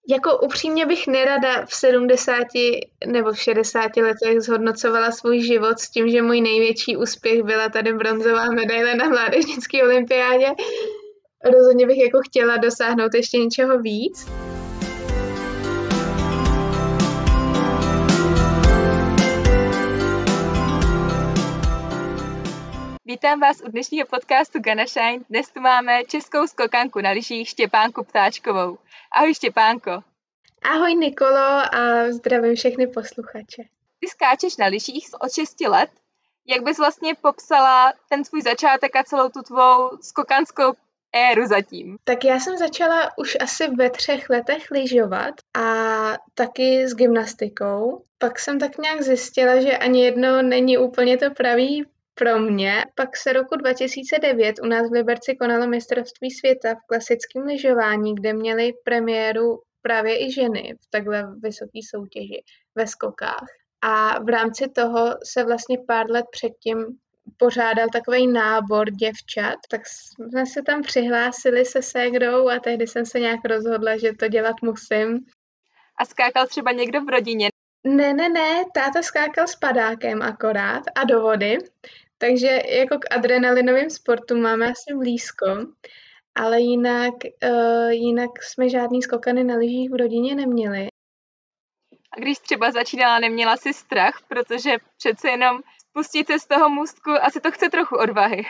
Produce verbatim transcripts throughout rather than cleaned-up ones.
Jako upřímně bych nerada v sedmdesáti nebo v šedesáti letech zhodnocovala svůj život s tím, že můj největší úspěch byla tady bronzová medaile na mládežnické olympiádě. Rozhodně bych jako chtěla dosáhnout ještě něčeho víc. Vítám vás u dnešního podcastu Gonna Shine. Dnes tu máme českou skokanku na lyžích Štěpánku Ptáčkovou. Ahoj Štěpánko. Ahoj Nikolo a zdravím všechny posluchače. Ty skáčeš na lyžích od šesti let. Jak bys vlastně popsala ten svůj začátek a celou tu tvou skokanskou éru zatím? Tak já jsem začala už asi ve třech letech lyžovat a taky s gymnastikou. Pak jsem tak nějak zjistila, že ani jedno není úplně to pravý pro mě. Pak se roku dva tisíce devět u nás v Liberci konalo mistrovství světa v klasickém lyžování, kde měly premiéru právě i ženy v takhle vysoké soutěži ve skokách. A v rámci toho se vlastně pár let předtím pořádal takový nábor děvčat, tak jsme se tam přihlásili se ségrou a tehdy jsem se nějak rozhodla, že to dělat musím. A skákal třeba někdo v rodině? Ne, ne, ne, táta skákal s padákem akorát a do vody, takže jako k adrenalinovým sportům máme asi blízko, ale jinak, uh, jinak jsme žádný skokany na lyžích v rodině neměli. A když třeba začínala, neměla si strach, protože přece jenom spustit se z toho můstku, asi to chce trochu odvahy.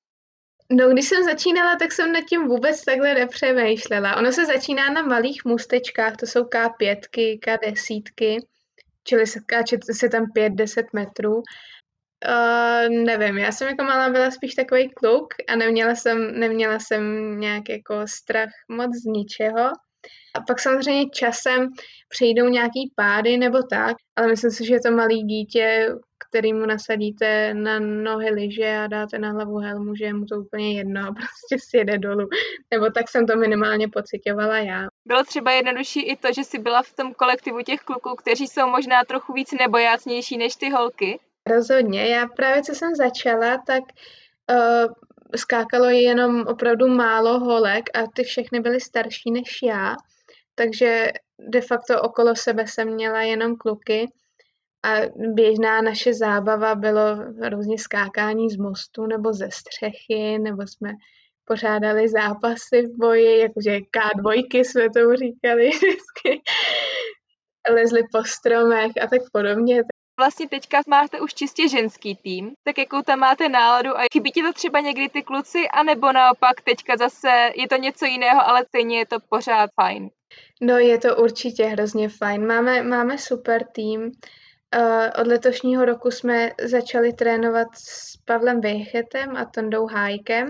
No, když jsem začínala, tak jsem nad tím vůbec takhle nepřemýšlela. Ono se začíná na malých můstečkách, to jsou ká pět, ká deset, čili se skáče se tam pět deset metrů. Uh, nevím, já jsem jako malá byla spíš takový kluk a neměla jsem, neměla jsem nějak jako strach moc z ničeho. A pak samozřejmě časem přijdou nějaký pády nebo tak, ale myslím si, že to malý dítě, kterýmu nasadíte na nohy lyže a dáte na hlavu helmu, že je mu to úplně jedno a prostě si jede dolů. Nebo tak jsem to minimálně pocitovala já. Bylo třeba jednodušší i to, že jsi byla v tom kolektivu těch kluků, kteří jsou možná trochu víc nebojácnější než ty holky? Rozhodně. Já právě, co jsem začala, tak uh, skákalo jenom opravdu málo holek a ty všechny byly starší než já. Takže de facto okolo sebe jsem měla jenom kluky a běžná naše zábava bylo různě skákání z mostu nebo ze střechy, nebo jsme pořádali zápasy v boji, jakože ká dva jsme tomu říkali vždycky. Lezli po stromech a tak podobně. Vlastně teďka máte už čistě ženský tým, tak jakou tam máte náladu a chybí ti to třeba někdy ty kluci, anebo naopak teďka zase je to něco jiného, ale stejně je to pořád fajn? No, je to určitě hrozně fajn. Máme, máme super tým. Uh, od letošního roku jsme začali trénovat s Pavlem Vejchetem a Tondou Hájkem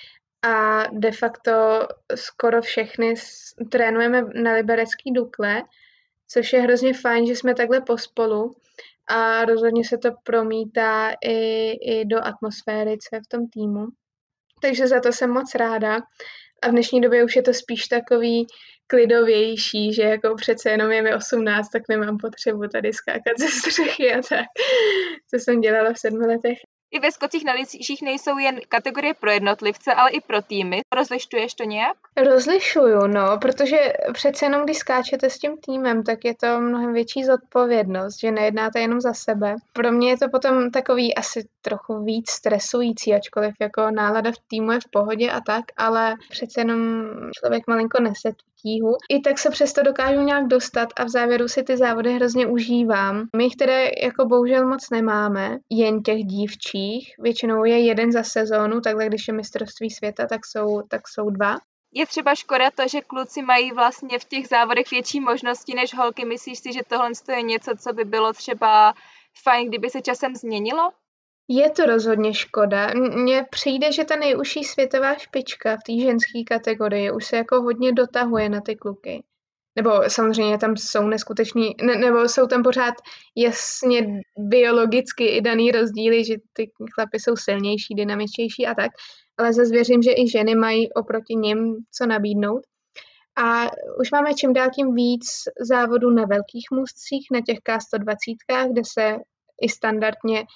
a de facto skoro všechny trénujeme na liberecký Dukle, což je hrozně fajn, že jsme takhle pospolu a rozhodně se to promítá i, i do atmosféry, co je v tom týmu. Takže za to jsem moc ráda. A v dnešní době už je to spíš takový klidovější, že jako přece jenom je mi osmnáct, tak nemám potřebu tady skákat ze střechy a tak, co jsem dělala v sedmi letech. I ve skocích na lyžích nejsou jen kategorie pro jednotlivce, ale i pro týmy. Rozlišuješ to nějak? Rozlišuju, no, protože přece jenom, když skáčete s tím týmem, tak je to mnohem větší zodpovědnost, že nejednáte jenom za sebe. Pro mě je to potom takový asi trochu víc stresující, ačkoliv jako nálada v týmu je v pohodě a tak, ale přece jenom člověk malinko nese tu tíhu. I tak se přesto dokážu nějak dostat a v závěru si ty závody hrozně užívám. My, které jako bohužel moc nemáme, jen těch dívčích, většinou je jeden za sezónu, takhle když je mistrovství světa, tak jsou, tak jsou dva. Je třeba škoda to, že kluci mají vlastně v těch závodech větší možnosti než holky. Myslíš si, že tohle je něco, co by bylo třeba fajn, kdyby se časem změnilo? Je to rozhodně škoda. Mně přijde, že ta nejužší světová špička v té ženské kategorii už se jako hodně dotahuje na ty kluky. Nebo samozřejmě tam jsou neskuteční, ne, nebo jsou tam pořád jasně biologicky i daný rozdíly, že ty chlapy jsou silnější, dynamičtější a tak, ale zase věřím, že i ženy mají oproti nim co nabídnout. A už máme čím dál tím víc závodů na velkých můstcích, na těch ká sto dvacet, kde se i standardně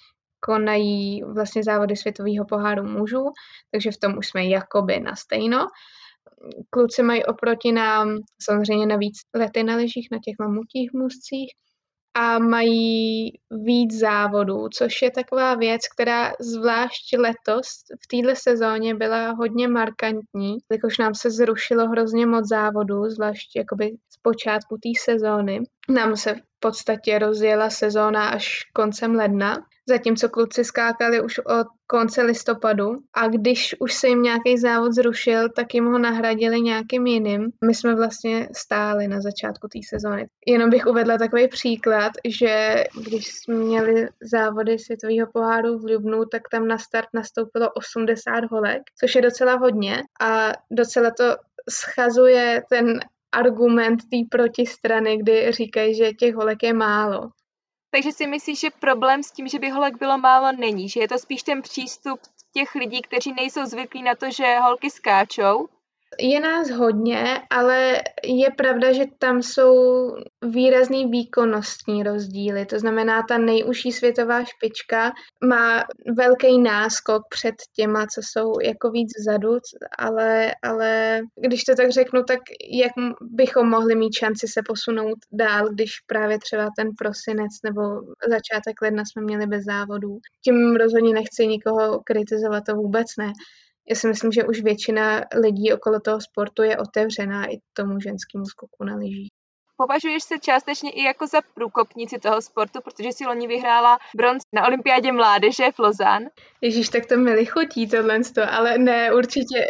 konají vlastně závody světového poháru mužů, takže v tom už jsme jakoby na stejno. Kluci mají oproti nám samozřejmě navíc lety na lyžích, na těch mamutích můstcích a mají víc závodů, což je taková věc, která zvlášť letos v téhle sezóně byla hodně markantní, jakož nám se zrušilo hrozně moc závodů, zvlášť jakoby z počátku té sezóny. Nám se v podstatě rozjela sezóna až koncem ledna, zatímco kluci skákali už od konce listopadu a když už se jim nějaký závod zrušil, tak jim ho nahradili nějakým jiným. My jsme vlastně stáli na začátku té sezóny. Jenom bych uvedla takový příklad, že když jsme měli závody světového poháru v Lubnu, tak tam na start nastoupilo osmdesát holek, což je docela hodně a docela to schazuje ten argument té protistrany, kdy říkají, že těch holek je málo. Takže si myslíš, že problém s tím, že by holek bylo málo, není? Že je to spíš ten přístup těch lidí, kteří nejsou zvyklí na to, že holky skáčou? Je nás hodně, ale je pravda, že tam jsou výrazný výkonnostní rozdíly. To znamená, ta nejužší světová špička má velký náskok před těma, co jsou jako víc vzadu, ale, ale když to tak řeknu, tak jak bychom mohli mít šanci se posunout dál, když právě třeba ten prosinec nebo začátek ledna jsme měli bez závodů. Tím rozhodně nechci nikoho kritizovat, to vůbec ne. Já si myslím, že už většina lidí okolo toho sportu je otevřená i tomu ženskému skoku na lyžích. Považuješ se částečně i jako za průkopnici toho sportu, protože si loni vyhrála bronz na olympiádě mládeže v Lausanne? Ježíš, tak to mi lichotí tohle, ale ne, určitě,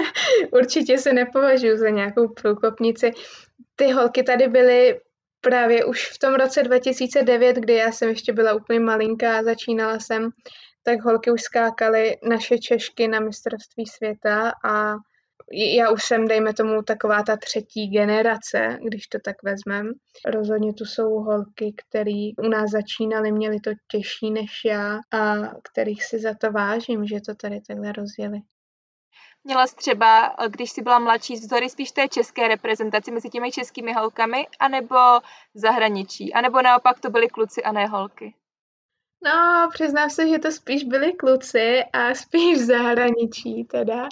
určitě se nepovažuji za nějakou průkopnici. Ty holky tady byly právě už v tom roce dva tisíce devět, kdy já jsem ještě byla úplně malinká, začínala jsem, tak holky už skákaly naše Češky na mistrovství světa a já už jsem, dejme tomu, taková ta třetí generace, když to tak vezmem. Rozhodně tu jsou holky, které u nás začínaly, měly to těžší než já a kterých si za to vážím, že to tady takhle rozjeli. Měla jsi třeba, když jsi byla mladší, vzory spíš té české reprezentaci mezi těmi českými holkami, anebo v zahraničí, anebo naopak to byly kluci a ne holky? No, přiznám se, že to spíš byli kluci a spíš v zahraničí teda.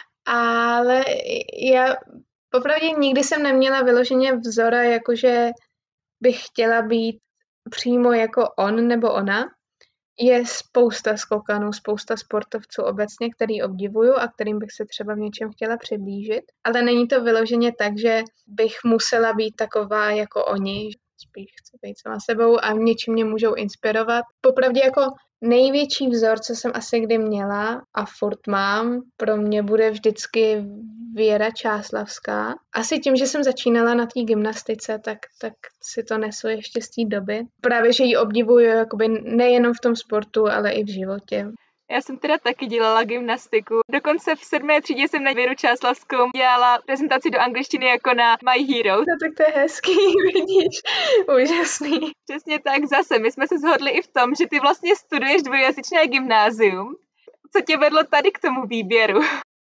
Ale já popravdě nikdy jsem neměla vyloženě vzora, jakože bych chtěla být přímo jako on nebo ona. Je spousta skokanů, spousta sportovců obecně, který obdivuju a kterým bych se třeba v něčem chtěla přiblížit. Ale není to vyloženě tak, že bych musela být taková jako oni. Spíš chci být sama sebou a něčím mě můžou inspirovat. Popravdě jako největší vzor, co jsem asi kdy měla a furt mám, pro mě bude vždycky Věra Čáslavská. Asi tím, že jsem začínala na té gymnastice, tak, tak si to nesu ještě z té doby. Právě, že ji obdivuju jakoby nejenom v tom sportu, ale i v životě. Já jsem teda taky dělala gymnastiku. Dokonce v sedmé třídě jsem na Věru Čáslavskou dělala prezentaci do angličtiny jako na My Hero. No tak to je hezký, vidíš, úžasný. Přesně tak, zase, my jsme se shodli i v tom, že ty vlastně studuješ dvojjazyčné gymnázium. Co tě vedlo tady k tomu výběru?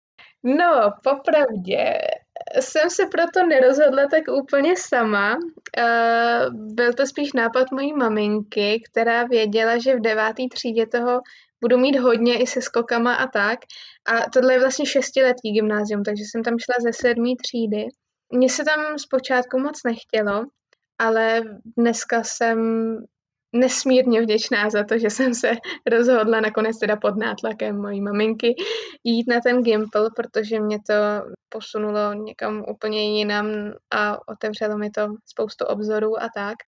No, popravdě jsem se proto nerozhodla tak úplně sama. Uh, byl to spíš nápad mojí maminky, která věděla, že v deváté třídě toho budu mít hodně i se skokama a tak. A tohle je vlastně šestiletý gymnázium, takže jsem tam šla ze sedmé třídy. Mně se tam zpočátku moc nechtělo, ale dneska jsem nesmírně vděčná za to, že jsem se rozhodla nakonec teda pod nátlakem mojí maminky jít na ten Gimpl, protože mě to posunulo někam úplně jinam a otevřelo mi to spoustu obzorů a tak.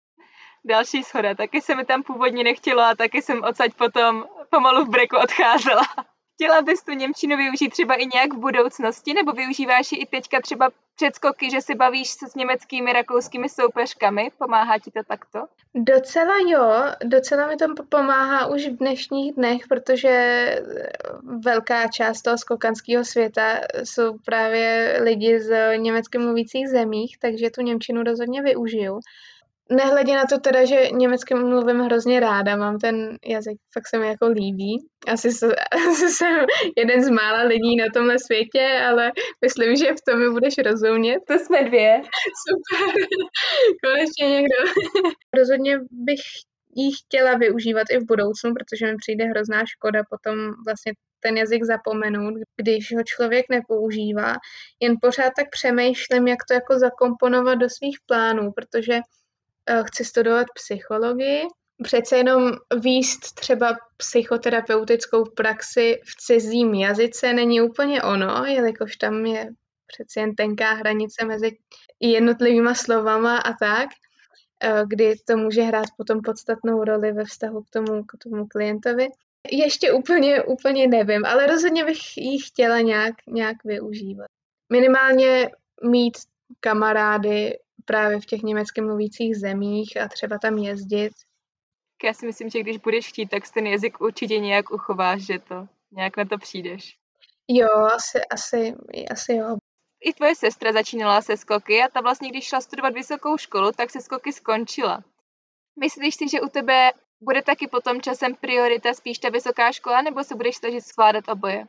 Další shoda, taky se mi tam původně nechtělo a taky jsem odsaď potom pomalu v breku odcházela. Chtěla bys tu němčinu využít třeba i nějak v budoucnosti, nebo využíváš ji i teďka třeba předskoky, že si bavíš se s německými, rakouskými soupeřkami? Pomáhá ti to takto? Docela jo, docela mi to pomáhá už v dnešních dnech, protože velká část toho skokanského světa jsou právě lidi z německy mluvících zemích, takže tu němčinu rozhodně využiju. Nehledě na to teda, že německy mluvím hrozně ráda, mám ten jazyk, fakt se mi jako líbí. Asi, asi jsem jeden z mála lidí na tomhle světě, ale myslím, že v tom mi budeš rozumět. To jsme dvě. Super, konečně někdo. Rozhodně bych ji chtěla využívat i v budoucnu, protože mi přijde hrozná škoda potom vlastně ten jazyk zapomenout, když ho člověk nepoužívá. Jen pořád tak přemýšlím, jak to jako zakomponovat do svých plánů, protože uh, chci studovat psychologii. Přece jenom výst třeba psychoterapeutickou praxi v cizím jazyce není úplně ono, jelikož tam je přeci jen tenká hranice mezi jednotlivýma slovama a tak, kdy to může hrát potom podstatnou roli ve vztahu k tomu, k tomu klientovi. Ještě úplně, úplně nevím, ale rozhodně bych ji chtěla nějak, nějak využívat. Minimálně mít kamarády právě v těch německy mluvících zemích a třeba tam jezdit. Já si myslím, že když budeš chtít, tak ten jazyk určitě nějak uchováš, že to nějak na to přijdeš. Jo, asi, asi, asi jo. I tvoje sestra začínala se skoky a ta vlastně, když šla studovat vysokou školu, tak se skoky skončila. Myslíš si, že u tebe bude taky potom časem priorita spíš ta vysoká škola, nebo se budeš snažit skládat oboje?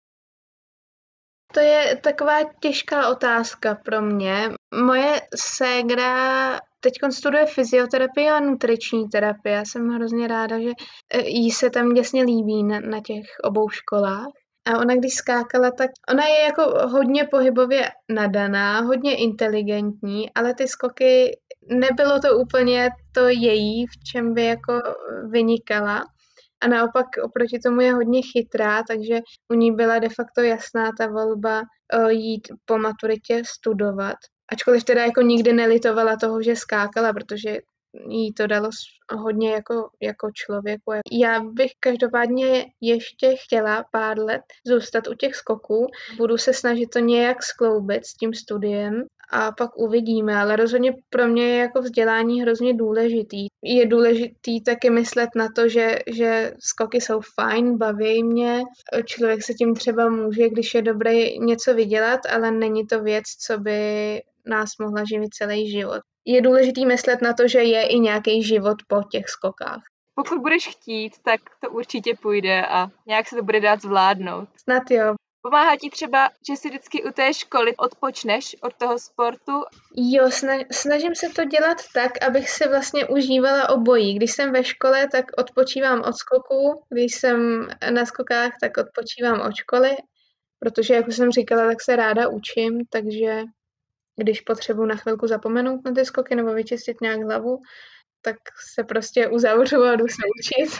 To je taková těžká otázka pro mě. Moje ségra teď studuje fyzioterapii a nutriční terapii. Já jsem hrozně ráda, že jí se tam děsně líbí na, na těch obou školách. A ona když skákala, tak ona je jako hodně pohybově nadaná, hodně inteligentní, ale ty skoky, nebylo to úplně to její, v čem by jako vynikala. A naopak oproti tomu je hodně chytrá, takže u ní byla de facto jasná ta volba jít po maturitě studovat. Ačkoliv teda jako nikdy nelitovala toho, že skákala, protože jí to dalo hodně jako, jako člověku. Já bych každopádně ještě chtěla pár let zůstat u těch skoků. Budu se snažit to nějak skloubit s tím studiem a pak uvidíme, ale rozhodně pro mě je jako vzdělání hrozně důležitý. Je důležitý taky myslet na to, že, že skoky jsou fajn, baví mě. Člověk se tím třeba může, když je dobrý, něco vydělat, ale není to věc, co by nás mohla živit celý život. Je důležitý myslet na to, že je i nějaký život po těch skokách. Pokud budeš chtít, tak to určitě půjde a nějak se to bude dát zvládnout. Snad jo. Pomáhá ti třeba, že si vždycky u té školy odpočneš od toho sportu? Jo, snažím se to dělat tak, abych si vlastně užívala obojí. Když jsem ve škole, tak odpočívám od skoku, když jsem na skokách, tak odpočívám od školy, protože, jak už jsem říkala, tak se ráda učím, takže když potřebuji na chvilku zapomenout na ty skoky nebo vyčistit nějak hlavu, tak se prostě uzavřu a jdu se učit.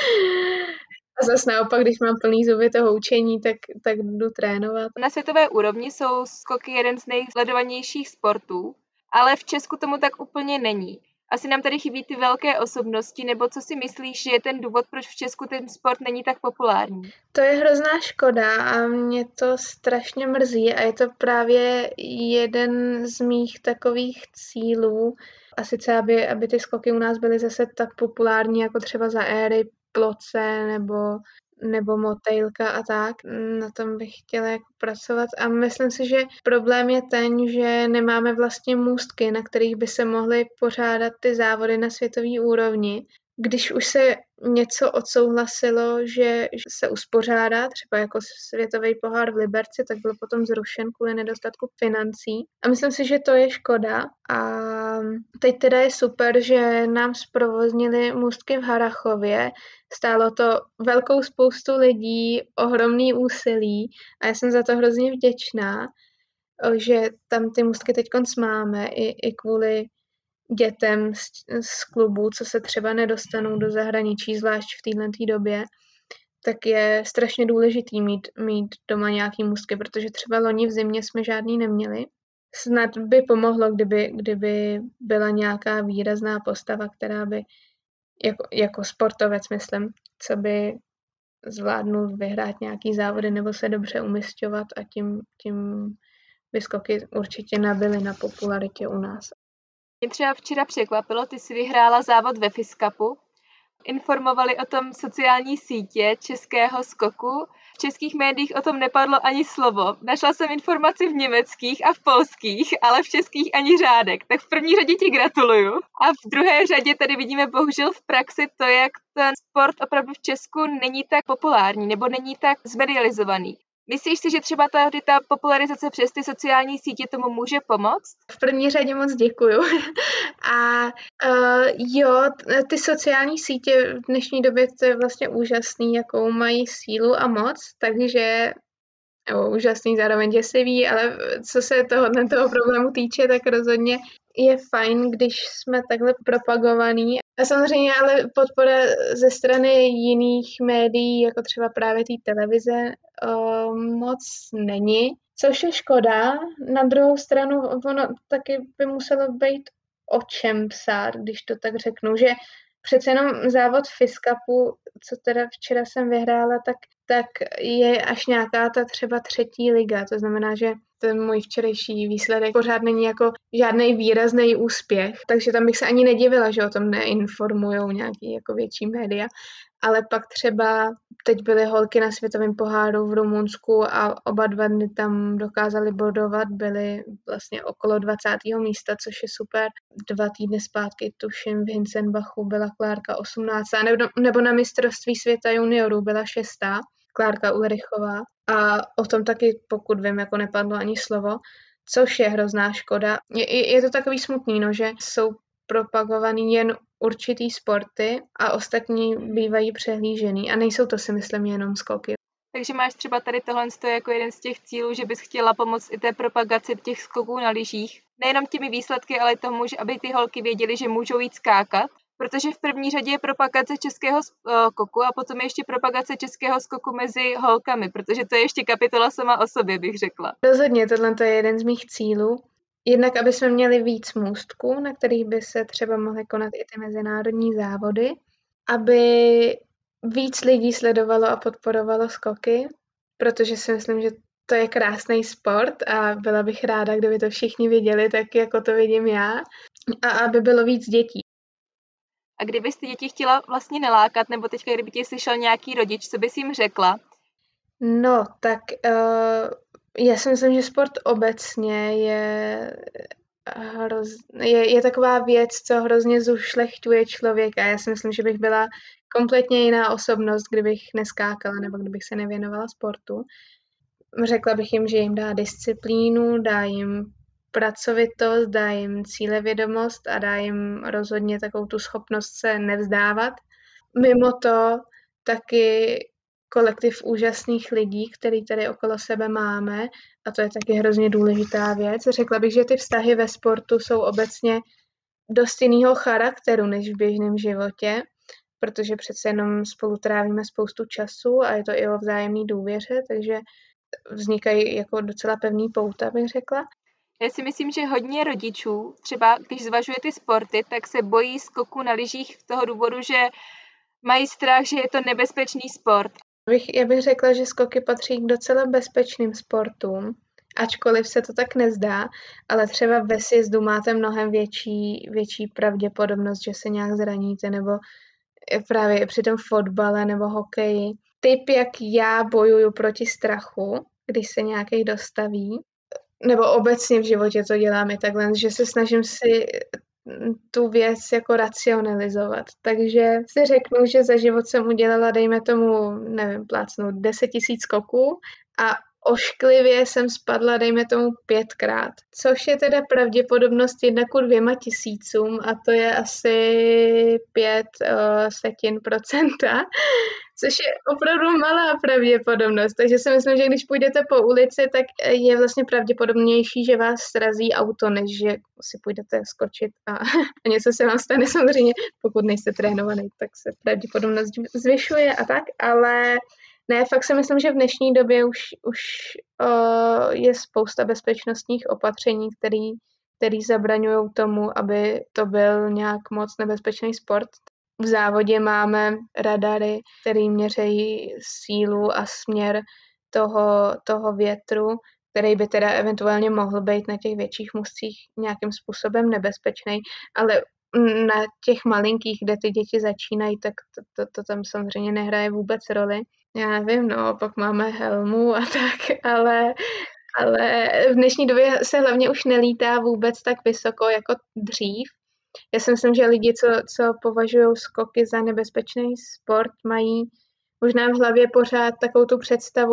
A zase naopak, když mám plný zuby toho učení, tak, tak jdu trénovat. Na světové úrovni jsou skoky jeden z nejsledovanějších sportů, ale v Česku tomu tak úplně není. Asi nám tady chybí ty velké osobnosti, nebo co si myslíš, že je ten důvod, proč v Česku ten sport není tak populární? To je hrozná škoda a mě to strašně mrzí a je to právě jeden z mých takových cílů. A sice, aby, aby ty skoky u nás byly zase tak populární, jako třeba za éry Ploce nebo, nebo Motejlka a tak. Na tom bych chtěla jako pracovat a myslím si, že problém je ten, že nemáme vlastně můstky, na kterých by se mohly pořádat ty závody na světové úrovni. Když už se něco odsouhlasilo, že se uspořádá, třeba jako světový pohár v Liberci, tak byl potom zrušen kvůli nedostatku financí. A myslím si, že to je škoda. A teď teda je super, že nám zprovoznili můstky v Harrachově. Stálo to velkou spoustu lidí, ohromný úsilí a já jsem za to hrozně vděčná, že tam ty můstky teď máme i, i kvůli dětem z, z klubů, co se třeba nedostanou do zahraničí, zvlášť v této době, tak je strašně důležitý mít, mít doma nějaký můstky, protože třeba loni v zimě jsme žádný neměli. Snad by pomohlo, kdyby, kdyby byla nějaká výrazná postava, která by, jako, jako sportovec, myslím, co by zvládnul vyhrát nějaký závody nebo se dobře umisťovat a tím, tím by skoky určitě nabyly na popularitě u nás. Mě třeba včera překvapilo, ty jsi vyhrála závod ve FISCUPu. Informovali o tom sociální sítě českého skoku. V českých médiích o tom nepadlo ani slovo. Našla jsem informaci v německých a v polských, ale v českých ani řádek. Tak v první řadě ti gratuluju. A v druhé řadě tady vidíme bohužel v praxi to, jak ten sport opravdu v Česku není tak populární nebo není tak zmedializovaný. Myslíš si, že třeba tady ta popularizace přes ty sociální sítě tomu může pomoct? V první řadě moc děkuju. A uh, jo, ty sociální sítě v dnešní době to je vlastně úžasný, jakou mají sílu a moc, takže nebo úžasný, zároveň děsivý, ale co se toho, toho problému týče, tak rozhodně je fajn, když jsme takhle propagovaný. A samozřejmě ale podpora ze strany jiných médií, jako třeba právě té televize, uh, moc není, což je škoda. Na druhou stranu ono taky by muselo být o čem psát, když to tak řeknu, že přece jenom závod Fiskapu, co teda včera jsem vyhrála, tak, tak je až nějaká ta třeba třetí liga. To znamená, že ten můj včerejší výsledek pořád není jako žádný výrazný úspěch, takže tam bych se ani nedivila, že o tom neinformujou nějaký jako větší média. Ale pak třeba teď byly holky na světovém poháru v Rumunsku a oba dva dny tam dokázali bodovat, byly vlastně okolo dvacátého místa, což je super. Dva týdny zpátky, tuším, v Hinsenbachu byla Klárka osmnáctá nebo, nebo na mistrovství světa juniorů byla šestá, Klárka Ulrichová. A o tom taky, pokud vím, jako nepadlo ani slovo, což je hrozná škoda. Je, je, je to takový smutný, no, že jsou propagovaný jen určitý sporty a ostatní bývají přehlížený. A nejsou to, si myslím, jenom skoky. Takže máš třeba tady tohle jako jeden z těch cílů, že bys chtěla pomoct i té propagaci těch skoků na lyžích. Nejenom těmi výsledky, ale tomu, že aby ty holky věděly, že můžou jít skákat. Protože v první řadě je propagace českého skoku a potom je ještě propagace českého skoku mezi holkami, protože to je ještě kapitola sama o sobě, bych řekla. Rozhodně, tohle je jeden z mých cílů. Jednak, aby jsme měli víc můstků, na kterých by se třeba mohly konat i ty mezinárodní závody, aby víc lidí sledovalo a podporovalo skoky, protože si myslím, že to je krásný sport a byla bych ráda, kdyby to všichni viděli, tak jako to vidím já, a aby bylo víc dětí. A kdybys ty děti chtěla vlastně nelákat, nebo teďka, kdyby tě slyšel nějaký rodič, co bys jim řekla? No, tak uh, já si myslím, že sport obecně je, hroz, je, je taková věc, co hrozně zušlechťuje člověka. Já si myslím, že bych byla kompletně jiná osobnost, kdybych neskákala nebo kdybych se nevěnovala sportu. Řekla bych jim, že jim dá disciplínu, dá jim pracovitost, dá jim cílevědomost a dá jim rozhodně takovou tu schopnost se nevzdávat. Mimo to taky kolektiv úžasných lidí, který tady okolo sebe máme, a to je taky hrozně důležitá věc. Řekla bych, že ty vztahy ve sportu jsou obecně dost jinýho charakteru než v běžném životě, protože přece jenom spolu trávíme spoustu času a je to i o vzájemné důvěře, takže vznikají jako docela pevný pouta, bych řekla. Já si myslím, že hodně rodičů, třeba když zvažuje ty sporty, tak se bojí skoku na lyžích z toho důvodu, že mají strach, že je to nebezpečný sport. Bych, já bych řekla, že skoky patří k docela bezpečným sportům, ačkoliv se to tak nezdá, ale třeba ve sjezdu máte mnohem větší, větší pravděpodobnost, že se nějak zraníte, nebo právě při tom fotbale nebo hokeji. Typ, jak já bojuju proti strachu, když se nějaký dostaví, nebo obecně v životě to dělám i takhle, že se snažím si tu věc jako racionalizovat. Takže si řeknu, že za život jsem udělala, dejme tomu, nevím, plácnout deset tisíc skoků a ošklivě jsem spadla, dejme tomu, pětkrát. Což je teda pravděpodobnost jedna ku dvěma tisícům a to je asi pět uh, setin procenta, což je opravdu malá pravděpodobnost. Takže si myslím, že když půjdete po ulici, tak je vlastně pravděpodobnější, že vás srazí auto, než že si půjdete skočit a, a něco se vám stane. Samozřejmě, pokud nejste trénovaný, tak se pravděpodobnost zvyšuje a tak, ale ne, fakt si myslím, že v dnešní době už, už uh, je spousta bezpečnostních opatření, který, který zabraňují tomu, aby to byl nějak moc nebezpečný sport. V závodě máme radary, který měřejí sílu a směr toho, toho větru, který by teda eventuálně mohl být na těch větších můstcích nějakým způsobem nebezpečný, ale na těch malinkých, kde ty děti začínají, tak to, to, to tam samozřejmě nehraje vůbec roli. Já nevím, no, pak máme helmu a tak, ale, ale v dnešní době se hlavně už nelítá vůbec tak vysoko jako dřív. Já si myslím, že lidi, co, co považují skoky za nebezpečný sport, mají možná v hlavě pořád takovou tu představu,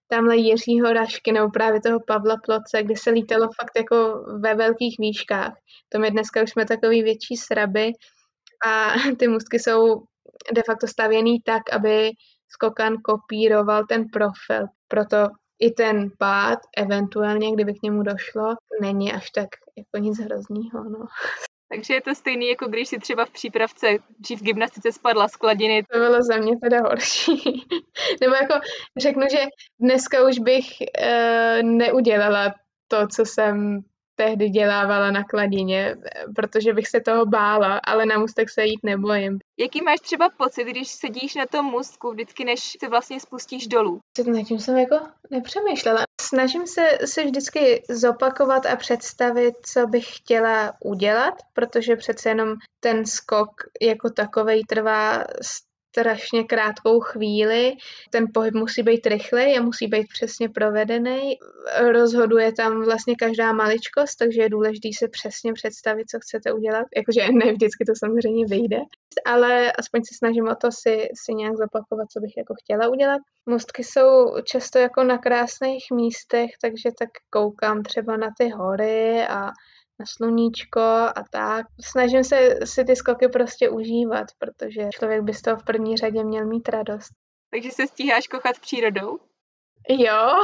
tamhle Jiřího Rašky nebo právě toho Pavla Ploce, kde se lítalo fakt jako ve velkých výškách. To my dneska už jsme takový větší sraby a ty můstky jsou de facto stavěný tak, aby skokan kopíroval ten profil. Proto i ten pád, eventuálně, kdyby k němu došlo, není až tak jako nic hroznýho, no. Takže je to stejný, jako když si třeba v přípravce dřív v gymnastice spadla z kladiny. To bylo za mě teda horší. Nebo jako řeknu, že dneska už bych e, neudělala to, co jsem tehdy dělávala na kladině, protože bych se toho bála, ale na můstek se jít nebojím. Jaký máš třeba pocit, když sedíš na tom můstku vždycky, než se vlastně spustíš dolů? Nad tím jsem jako nepřemýšlela. Snažím se si vždycky zopakovat a představit, co bych chtěla udělat, protože přece jenom ten skok jako takovej trvá strašně krátkou chvíli. Ten pohyb musí být rychlej a musí být přesně provedený. Rozhoduje tam vlastně každá maličkost, takže je důležité se přesně představit, co chcete udělat. Jakože ne vždycky to samozřejmě vyjde, ale aspoň se snažím o to si, si nějak zopakovat, co bych jako chtěla udělat. Mostky jsou často jako na krásných místech, takže tak koukám třeba na ty hory a na sluníčko a tak. Snažím se si ty skoky prostě užívat, protože člověk by z toho v první řadě měl mít radost. Takže se stíháš kochat s přírodou? Jo,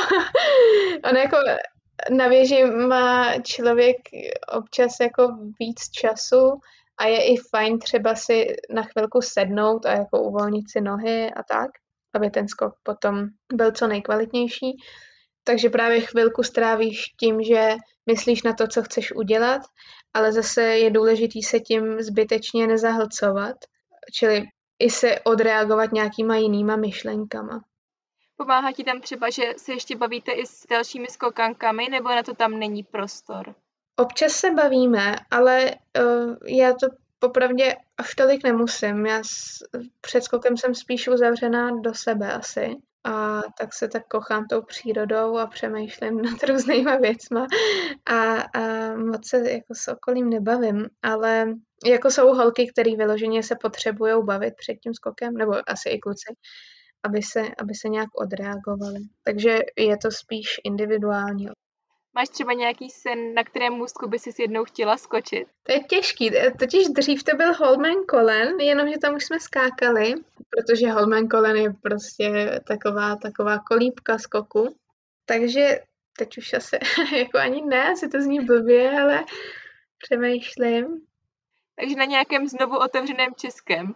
ono jako na věži má člověk občas jako víc času a je i fajn třeba si na chvilku sednout a jako uvolnit si nohy a tak, aby ten skok potom byl co nejkvalitnější. Takže právě chvilku strávíš tím, že myslíš na to, co chceš udělat, ale zase je důležitý se tím zbytečně nezahlcovat, čili i se odreagovat nějakýma jinýma myšlenkama. Pomáhá ti tam třeba, že se ještě bavíte i s dalšími skokankami, nebo na to tam není prostor? Občas se bavíme, ale uh, já to popravdě až tolik nemusím. Já s, před skokem jsem spíš uzavřená do sebe asi. A tak se tak kochám tou přírodou a přemýšlím nad různýma věcma a, a moc se jako s okolím nebavím, ale jako jsou holky, které vyloženě se potřebují bavit před tím skokem, nebo asi i kluci, aby se, aby se nějak odreagovali. Takže je to spíš individuální. Máš třeba nějaký sen, na kterém můstku by si jednou chtěla skočit? To je těžký, totiž dřív to byl Holmenkollen, jenomže tam už jsme skákali, protože Holmenkollen je prostě taková, taková kolíbka skoku. Takže teď už asi jako ani ne, asi to zní blbě, ale přemýšlím. Takže na nějakém znovu otevřeném českém.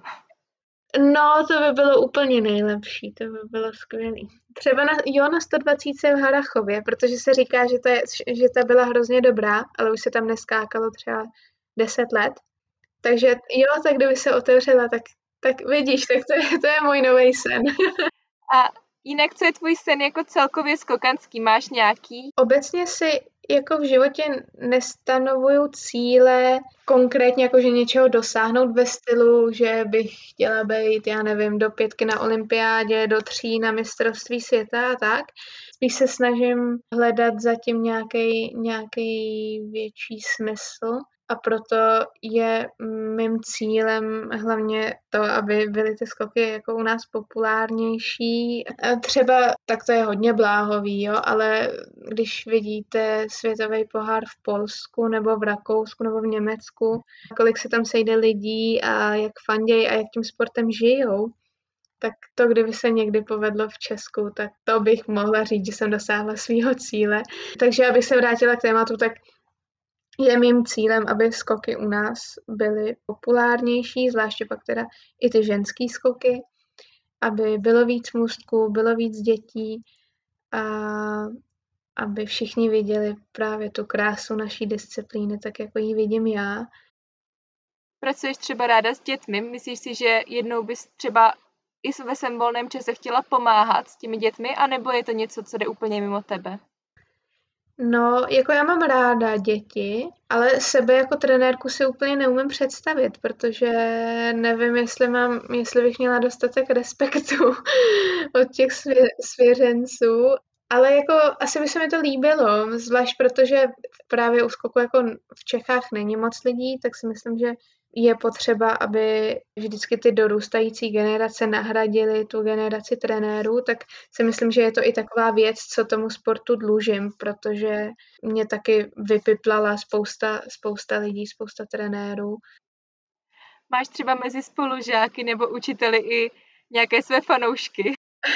No, to by bylo úplně nejlepší, to by bylo skvělý. Třeba na, jo, na sto dvacet v Harrachově, protože se říká, že, to je, že ta byla hrozně dobrá, ale už se tam neskákalo třeba deset let. Takže jo, tak kdyby se otevřela, tak, tak vidíš, tak to je, to je můj nový sen. A jinak, co je tvůj sen jako celkově skokanský? Máš nějaký? Obecně si jako v životě nestanovuju cíle konkrétně jakože něčeho dosáhnout ve stylu, že bych chtěla být, já nevím, do pětky na olympiádě, do tří na mistrovství světa a tak. Spíš se snažím hledat zatím nějaký nějaký větší smysl a proto je mým cílem hlavně to, aby byly ty skoky jako u nás populárnější. Třeba tak to je hodně bláhový, jo, ale když vidíte světový pohár v Polsku nebo v Rakousku nebo v Německu, kolik se tam sejde lidí a jak fandějí a jak tím sportem žijou, tak to, kdyby se někdy povedlo v Česku, tak to bych mohla říct, že jsem dosáhla svýho cíle. Takže abych se vrátila k tématu, tak je mým cílem, aby skoky u nás byly populárnější, zvláště pak teda i ty ženský skoky, aby bylo víc můstků, bylo víc dětí a aby všichni viděli právě tu krásu naší disciplíny, tak jako ji vidím já. Pracuješ třeba ráda s dětmi? Myslíš si, že jednou bys třeba i ve svém volném čase chtěla pomáhat s těmi dětmi, anebo je to něco, co jde úplně mimo tebe? No, jako já mám ráda děti, ale sebe jako trenérku si úplně neumím představit, protože nevím, jestli mám, jestli bych měla dostatek respektu od těch svě, svěřenců Ale jako asi by se mi to líbilo, zvlášť protože právě u skoku jako v Čechách není moc lidí, tak si myslím, že je potřeba, aby vždycky ty dorůstající generace nahradily tu generaci trenérů, tak si myslím, že je to i taková věc, co tomu sportu dlužím, protože mě taky vypiplala spousta, spousta lidí, spousta trenérů. Máš třeba mezi spolužáky nebo učiteli i nějaké své fanoušky?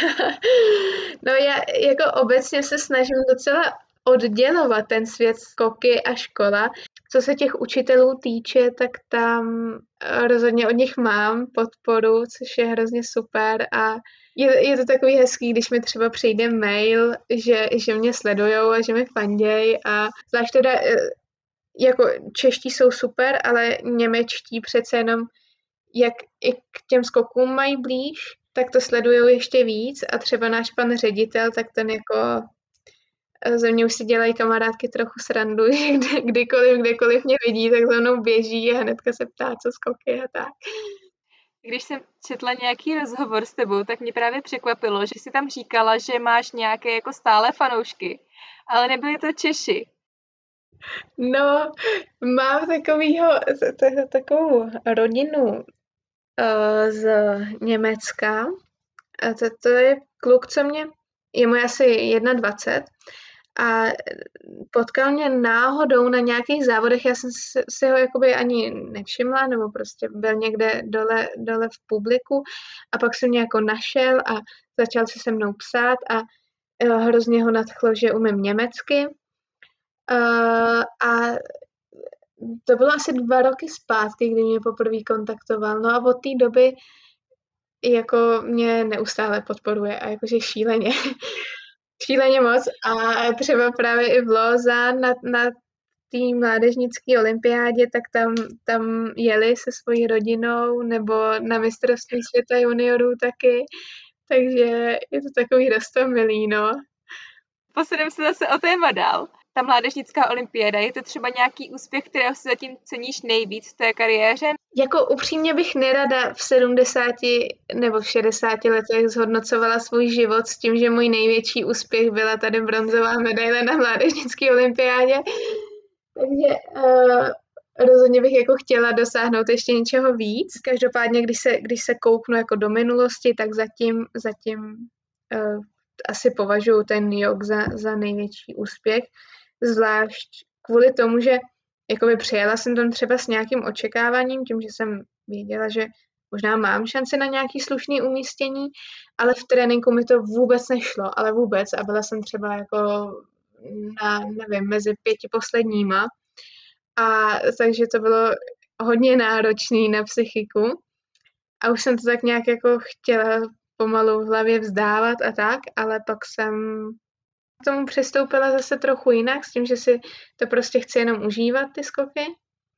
No já jako obecně se snažím docela oddělovat ten svět skoky a škola. Co se těch učitelů týče, tak tam rozhodně od nich mám podporu, což je hrozně super a je, je to takový hezký, když mi třeba přijde mail, že, že mě sledujou a že mi fanděj a zvlášť teda jako čeští jsou super, ale němečtí přece jenom jak i k těm skokům mají blíž, tak to sledujou ještě víc a třeba náš pan ředitel, tak ten jako ze mě už si dělají kamarádky trochu srandu, že kdy, kdykoliv, kdekoliv mě vidí, tak za mnou běží a hnedka se ptá, co skoky a tak. Když jsem četla nějaký rozhovor s tebou, tak mě právě překvapilo, že jsi tam říkala, že máš nějaké jako stále fanoušky, ale nebyli to Češi. No, mám takovýho, takovou rodinu uh, z Německa. A to, to je kluk, co mě, je mu asi dvacet jedna a potkal mě náhodou na nějakých závodech, já jsem si, si ho jakoby ani nevšimla, nebo prostě byl někde dole, dole v publiku a pak jsem mě jako našel a začal si se mnou psát a uh, hrozně ho nadchlo, že umím německy. Uh, a to bylo asi dva roky zpátky, kdy mě poprvé kontaktoval. No a od té doby jako mě neustále podporuje a jakože šíleně. šíleně moc. A třeba právě i v Lausanne na, na té mládežnické olympiádě, tak tam, tam jeli se svojí rodinou nebo na mistrovství světa juniorů taky. Takže je to takový roztomilý, no. Posuneme se zase o téma dál. Ta mládežnická olympiáda, je to třeba nějaký úspěch, kterého si zatím ceníš nejvíc v té kariéře? Jako upřímně bych nerada v sedmdesáti nebo v šedesáti letech zhodnocovala svůj život s tím, že můj největší úspěch byla tady bronzová medaile na mládežnické olympiádě. Takže uh, rozhodně bych jako chtěla dosáhnout ještě něčeho víc. Každopádně, když se, když se kouknu jako do minulosti, tak zatím, zatím uh, asi považuji ten jog za, za největší úspěch. Zvlášť kvůli tomu, že jakoby přijela jsem tam třeba s nějakým očekáváním, tím, že jsem věděla, že možná mám šanci na nějaký slušný umístění, ale v tréninku mi to vůbec nešlo, ale vůbec a byla jsem třeba jako na, nevím, mezi pěti posledníma a takže to bylo hodně náročný na psychiku a už jsem to tak nějak jako chtěla pomalu v hlavě vzdávat a tak, ale pak jsem k tomu přistoupila zase trochu jinak, s tím, že si to prostě chci jenom užívat, ty skoky.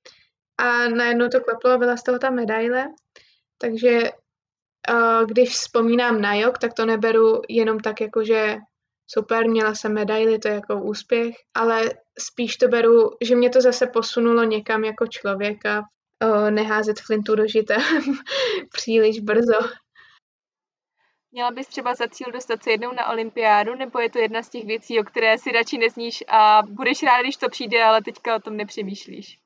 A najednou to klaplo, byla z toho ta medaile. Takže uh, když vzpomínám na jog, tak to neberu jenom tak, jako že super, měla jsem medaili, to je jako úspěch, ale spíš to beru, že mě to zase posunulo někam jako člověka, uh, neházet flintu do žita příliš brzo. Měla bys třeba za cíl dostat se jednou na olympiádu, nebo je to jedna z těch věcí, o které si radši nezníš a budeš ráda, když to přijde, ale teďka o tom nepřemýšlíš?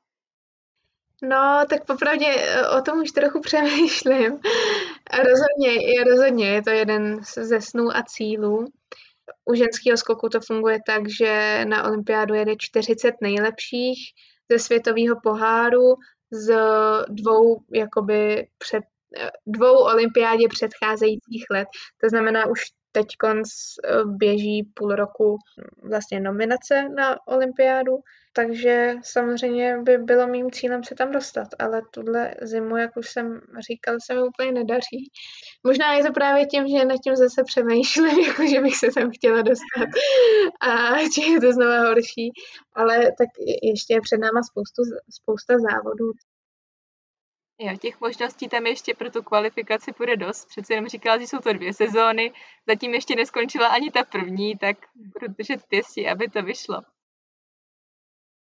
No, tak popravdě o tom už trochu přemýšlím. A rozhodně, je, rozhodně je to jeden ze snů a cílů. U ženského skoku to funguje tak, že na olympiádu jede čtyřicet nejlepších ze světového poháru z dvou jakoby před dvou olympiádě předcházejících let. To znamená, už teď běží půl roku vlastně nominace na olympiádu, takže samozřejmě by bylo mým cílem se tam dostat, ale tuhle zimu, jak už jsem říkal, se mi úplně nedaří. Možná je to právě tím, že nad tím zase přemýšlím, jako že bych se tam chtěla dostat a že je to znova horší, ale tak ještě je před náma spoustu, spousta závodů. Jo, těch možností tam ještě pro tu kvalifikaci bude dost. Přece jenom říkala, že jsou to dvě sezóny, zatím ještě neskončila ani ta první, tak budu držet pěstí, aby to vyšlo.